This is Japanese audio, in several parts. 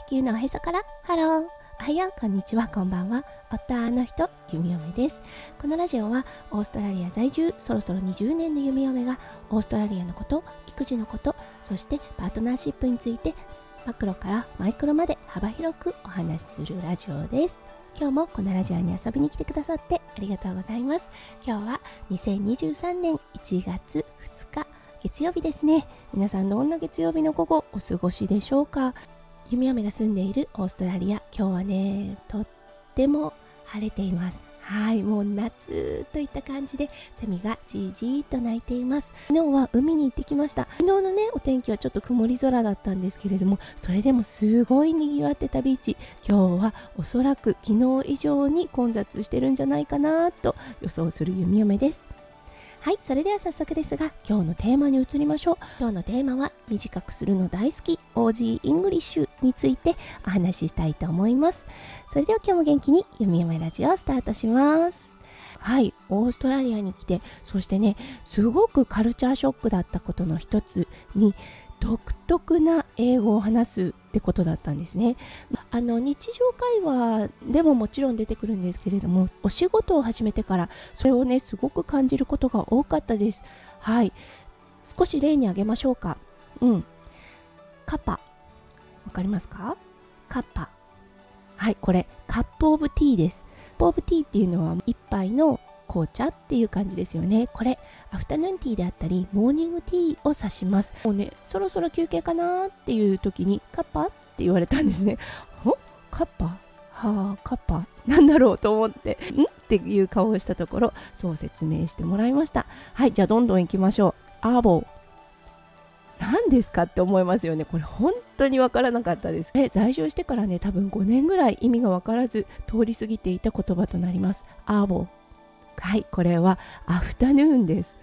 球のおへそからハロー、おはよう、こんにちは、こんばんは。夫の人、弓嫁です。このラジオはオーストラリア在住そろそろ20年の弓嫁がオーストラリアのこと、育児のこと、そしてパートナーシップについてマクロからマイクロまで幅広くお話しするラジオです。今日もこのラジオに遊びに来てくださってありがとうございます。今日は2023年1月2日月曜日ですね。皆さんどんな月曜日の午後お過ごしでしょうか。弓嫁が住んでいるオーストラリア、今日はねとっても晴れています。はい、もう夏といった感じでセミがじーじーと鳴いています。昨日は海に行ってきました。昨日のねお天気はちょっと曇り空だったんですけれども、それでもすごい賑わってたビーチ、今日はおそらく昨日以上に混雑してるんじゃないかなと予想する弓嫁です。はい、それでは早速ですが今日のテーマに移りましょう。今日のテーマは短くするの大好き OG イングリッシュについてお話ししたいと思います。それでは今日も元気に弓嫁ラジオをスタートします。はい、オーストラリアに来て、そしてねすごくカルチャーショックだったことの一つに独特な英語を話すってことだったんですね。日常会話でももちろん出てくるんですけれども、お仕事を始めてからそれをねすごく感じることが多かったです。はい、少し例に挙げましょうか。カパ、わかりますか？カパ、はい、これカップオブティーです。カップオブティーっていうのは一杯の紅茶っていう感じですよね。これアフタヌーンティーであったりモーニングティーを指します。もうねそろそろ休憩かなっていう時にカッパって言われたんですね。カッパ、はあ、カッパなんだろうと思ってっていう顔をしたところ、そう説明してもらいました。はい、じゃあどんどん行きましょう。アーボー何ですかって思いますよね。これ本当にわからなかったです。在住してからね多分5年ぐらい意味がわからず通り過ぎていた言葉となります。アーボー、はい、これはアフタヌーンです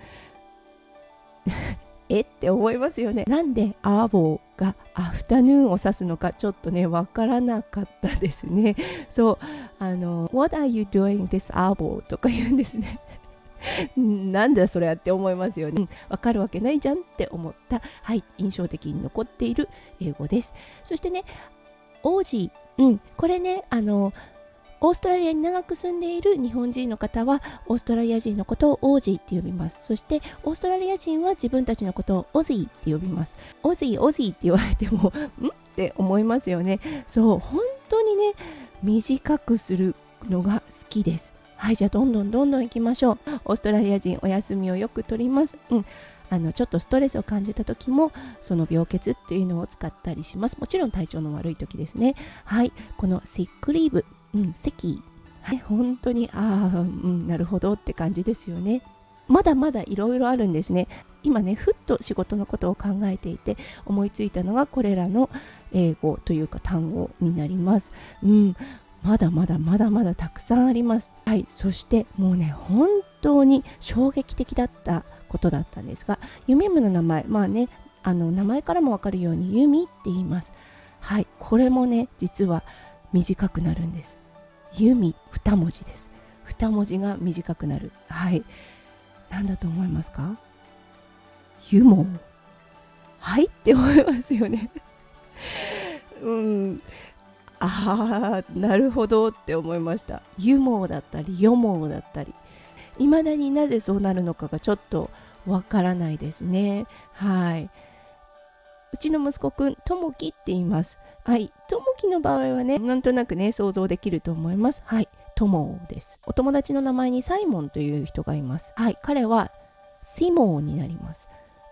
って思いますよね。なんでアーボーがアフタヌーンを指すのかちょっとねわからなかったですね。そう、What are you doing this アーボーとか言うんですねなんだそれって思いますよね。わかるわけないじゃんって思った、はい、印象的に残っている英語です。そしてねオージー、これねオーストラリアに長く住んでいる日本人の方はオーストラリア人のことをオージーって呼びます。そしてオーストラリア人は自分たちのことをオジーって呼びます。オジーって言われてもって思いますよね。そう、本当にね短くするのが好きです。はい、じゃあどんどん行きましょう。オーストラリア人お休みをよく取ります。ちょっとストレスを感じた時もその病欠っていうのを使ったりします。もちろん体調の悪い時ですね。はい、このシックリーブ、席、はい、本当になるほどって感じですよね。まだまだいろいろあるんですね。今ねふっと仕事のことを考えていて思いついたのがこれらの英語というか単語になります。まだまだたくさんあります。はい、そしてもうね本当に衝撃的だったことだったんですが、弓嫁の名前、名前からもわかるように弓って言います。はい、これもね実は短くなるんです。弓2文字です。2文字が短くなる。はい、何だと思いますか？ユモ、はいって思いますよねなるほどって思いました。ユモだったりヨモだったり、未だになぜそうなるのかがちょっとわからないですね。はい、うちの息子くんともきって言います。はい、ともきの場合はねなんとなくね想像できると思います。はい、ともです。お友達の名前にサイモンという人がいます。はい、彼はシモンになります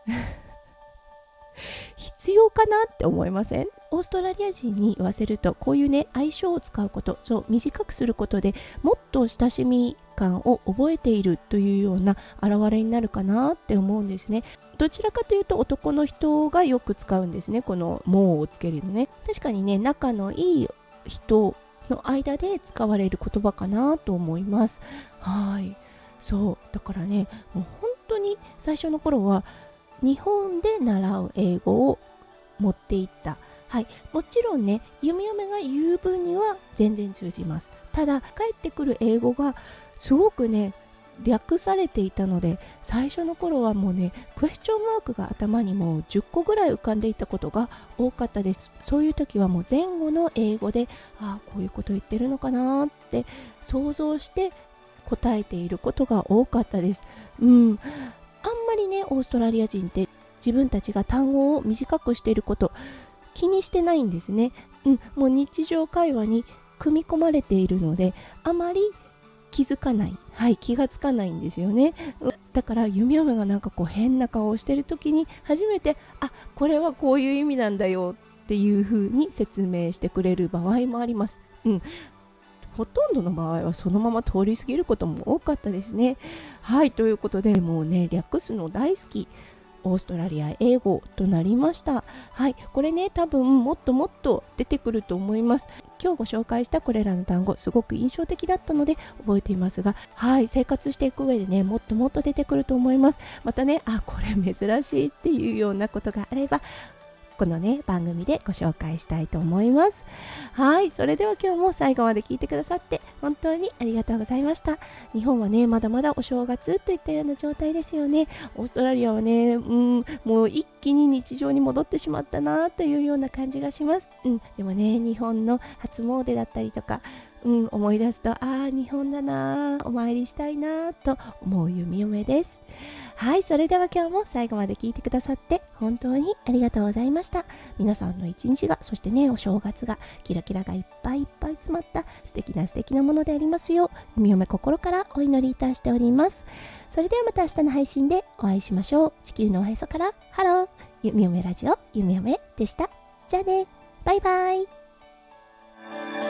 必要かなって思いません？オーストラリア人に言わせるとこういうね愛称を使うこと、そう短くすることでもっと親しみ感を覚えているというような表れになるかなって思うんですね。どちらかというと男の人がよく使うんですね、このもうをつけるのね。確かにね仲のいい人の間で使われる言葉かなと思います。はい、そうだからねもう本当に最初の頃は日本で習う英語を持っていった。はい、もちろんね弓嫁が言う分には全然通じます。ただ帰ってくる英語がすごくね略されていたので、最初の頃はもうね、クエスチョンマークが頭にもう10個ぐらい浮かんでいたことが多かったです。そういう時はもう前後の英語で、こういうこと言ってるのかなって想像して答えていることが多かったです。あんまりね、オーストラリア人って自分たちが単語を短くしていること気にしてないんですね。もう日常会話に組み込まれているので、あまり気づかない、気がつかないんですよね。だから弓嫁がなんかこう変な顔をしている時に初めて、これはこういう意味なんだよっていう風に説明してくれる場合もあります。ほとんどの場合はそのまま通り過ぎることも多かったですね。ということで、もうね、略すの大好きオーストラリア英語となりました。これね、多分もっともっと出てくると思います。今日ご紹介したこれらの単語、すごく印象的だったので覚えていますが、生活していく上でね、もっともっと出てくると思います。またね、これ珍しいっていうようなことがあれば、このね、番組でご紹介したいと思います。それでは今日も最後まで聞いてくださって本当にありがとうございました。日本はね、まだまだお正月といったような状態ですよね。オーストラリアはね、もう一気に日常に戻ってしまったなというような感じがします。でもね、日本の初詣だったりとか、思い出すと、日本だな、お参りしたいなと思う弓嫁です。それでは今日も最後まで聞いてくださって本当にありがとうございました。皆さんの一日が、そしてね、お正月がキラキラがいっぱいいっぱい詰まった素敵なものでありますよう、弓嫁心からお祈りいたしております。それではまた明日の配信でお会いしましょう。地球のおへそからハロー、弓嫁ラジオ弓嫁でした。じゃあね、バイバイ。